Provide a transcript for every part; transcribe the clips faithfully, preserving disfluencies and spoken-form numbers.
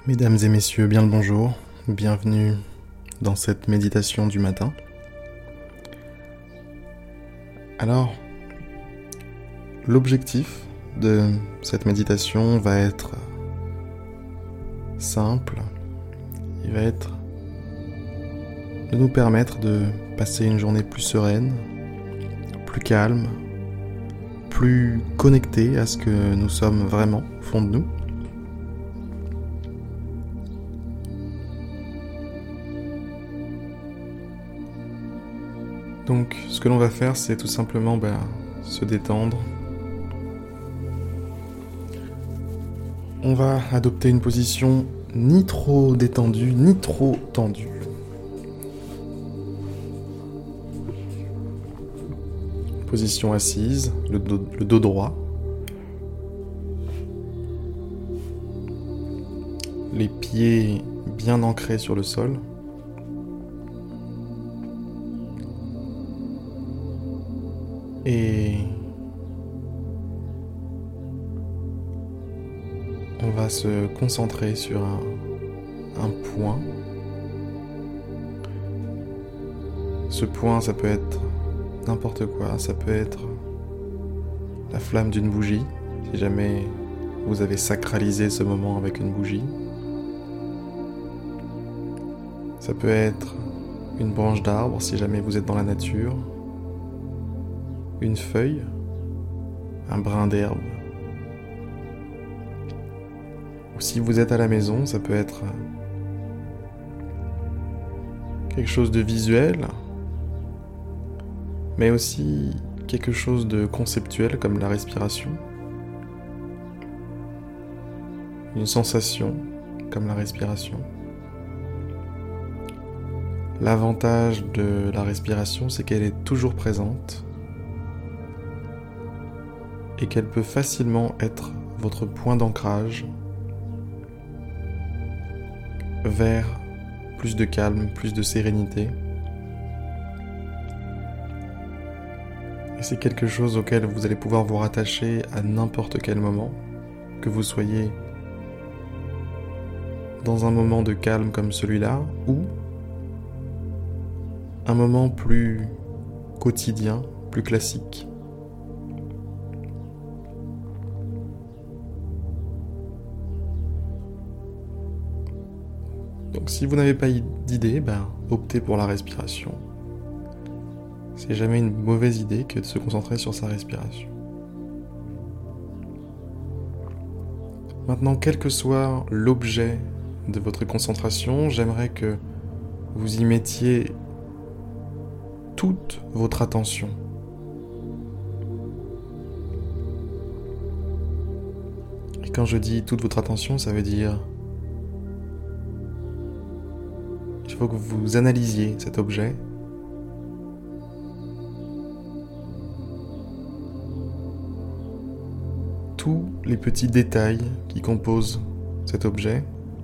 Mesdames et messieurs, bien le bonjour, bienvenue dans cette méditation du matin. Alors, l'objectif de cette méditation va être simple, il va être de nous permettre de passer une journée plus sereine, plus calme, plus connectée à ce que nous sommes vraiment au fond de nous. Donc, ce que l'on va faire, c'est tout simplement bah, se détendre. On va adopter une position ni trop détendue, ni trop tendue. Position assise, le dos, le dos droit. Les pieds bien ancrés sur le sol. Et on va se concentrer sur un, un point. Ce point, ça peut être n'importe quoi. Ça peut être la flamme d'une bougie, si jamais vous avez sacralisé ce moment avec une bougie. Ça peut être une branche d'arbre, si jamais vous êtes dans la nature. Une feuille, un brin d'herbe. Ou si vous êtes à la maison, ça peut être quelque chose de visuel, mais aussi quelque chose de conceptuel comme la respiration. Une sensation comme la respiration. L'avantage de la respiration, c'est qu'elle est toujours présente et qu'elle peut facilement être votre point d'ancrage vers plus de calme, plus de sérénité. Et c'est quelque chose auquel vous allez pouvoir vous rattacher à n'importe quel moment, que vous soyez dans un moment de calme comme celui-là, ou un moment plus quotidien, plus classique. Donc si vous n'avez pas d'idée, ben, optez pour la respiration. C'est jamais une mauvaise idée que de se concentrer sur sa respiration. Maintenant, quel que soit l'objet de votre concentration, j'aimerais que vous y mettiez toute votre attention. Et quand je dis toute votre attention, ça veut dire il faut que vous analysiez cet objet tous les petits détails qui composent cet objet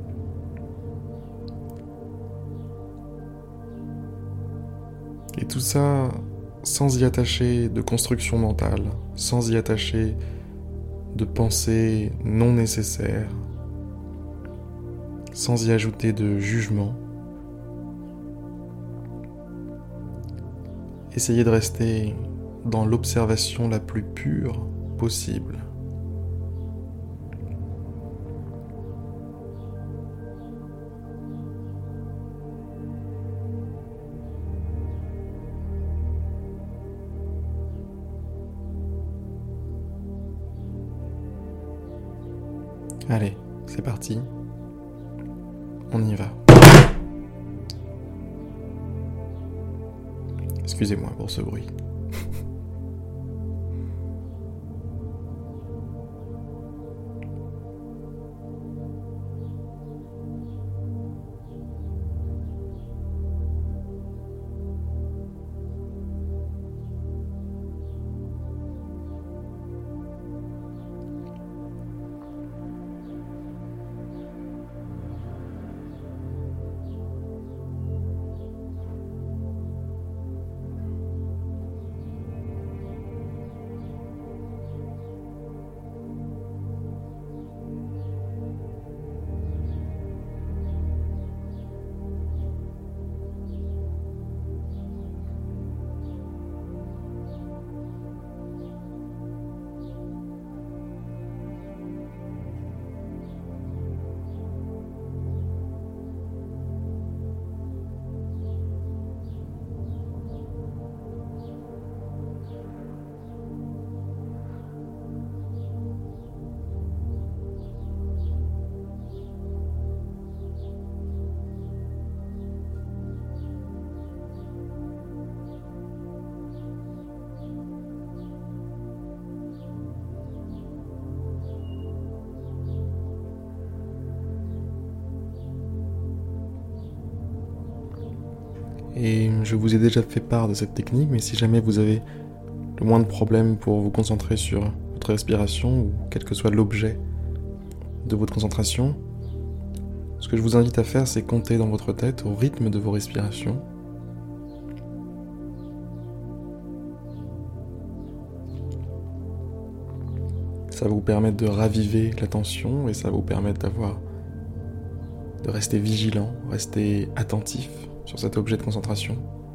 et tout ça sans y attacher de construction mentale, sans y attacher de pensées non nécessaires, sans y ajouter de jugement. Essayez de rester dans l'observation la plus pure possible. Allez, c'est parti. On y va. Excusez-moi pour ce bruit. Et je vous ai déjà fait part de cette technique, mais si jamais vous avez le moins de problèmes pour vous concentrer sur votre respiration, ou quel que soit l'objet de votre concentration, ce que je vous invite à faire, c'est compter dans votre tête au rythme de vos respirations. Ça va vous permettre de raviver l'attention et ça va vous permettre d'avoir, de rester vigilant, rester attentif sur cet objet de concentration.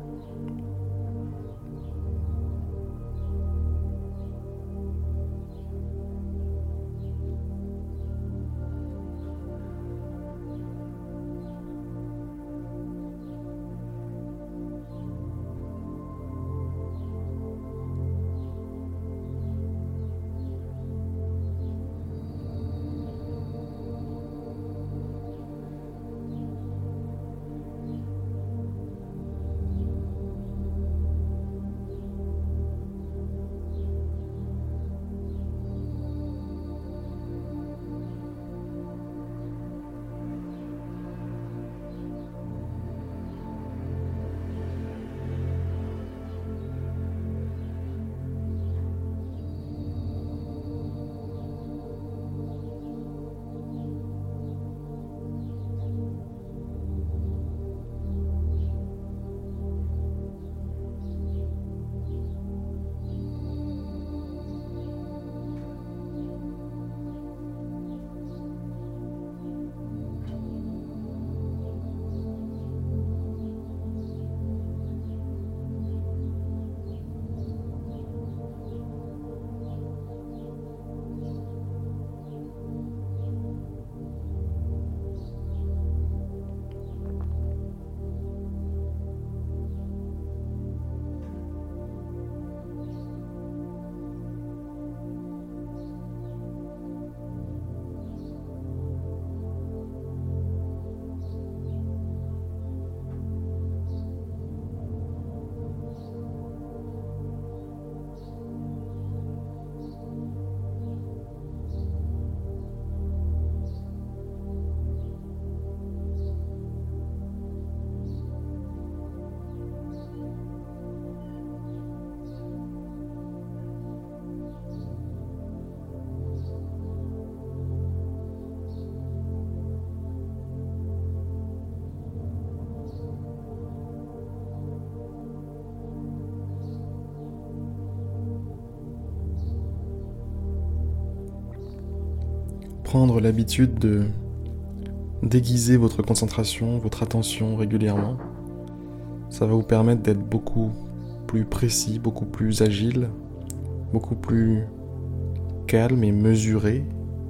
Prendre l'habitude de déguiser votre concentration, votre attention régulièrement, ça va vous permettre d'être beaucoup plus précis, beaucoup plus agile, beaucoup plus calme et mesuré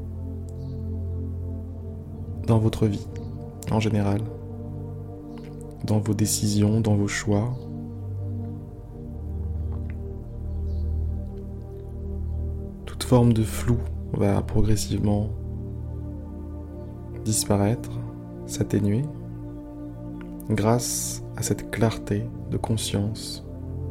dans votre vie en général, dans vos décisions, dans vos choix. Toute forme de flou va progressivement disparaître, s'atténuer, grâce à cette clarté de conscience.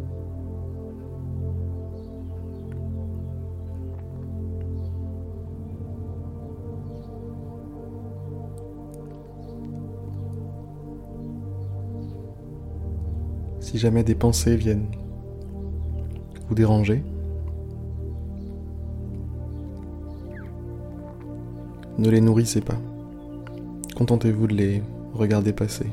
Si jamais des pensées viennent vous déranger, ne les nourrissez pas. Contentez-vous de les regarder passer.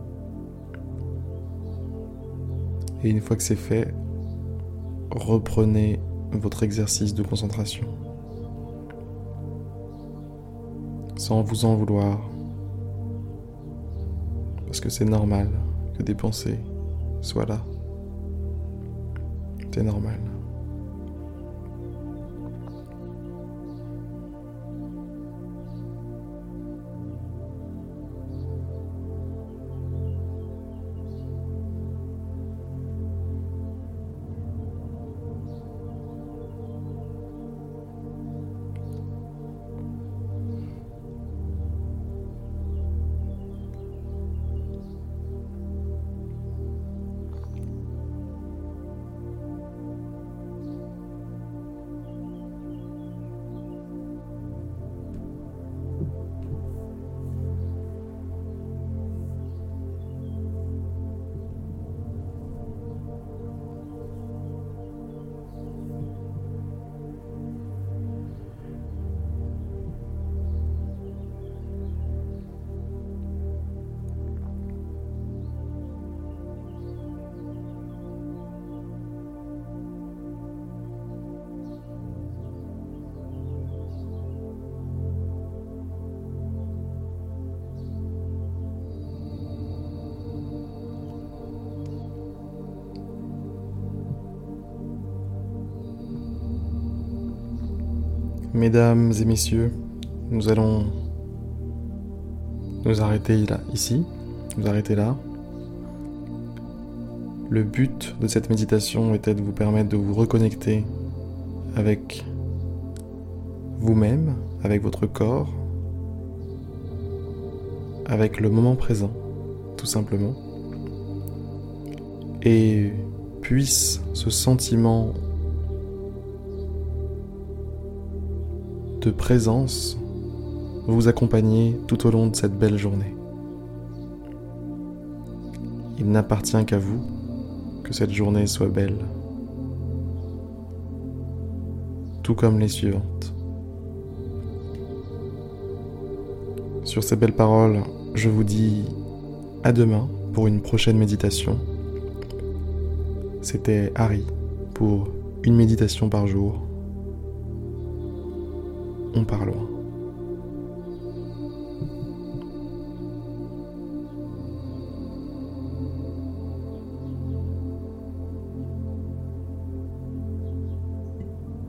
Et une fois que c'est fait, reprenez votre exercice de concentration. Sans vous en vouloir. Parce que c'est normal que des pensées soient là. C'est normal. Mesdames et messieurs, nous allons nous arrêter là, ici, nous arrêter là. Le but de cette méditation était de vous permettre de vous reconnecter avec vous-même, avec votre corps, avec le moment présent, tout simplement. Et puisse ce sentiment de présence vous accompagner tout au long de cette belle journée. Il n'appartient qu'à vous que cette journée soit belle, tout comme les suivantes. Sur ces belles paroles, je vous dis à demain pour une prochaine méditation. C'était Harry pour une méditation par jour. On part loin.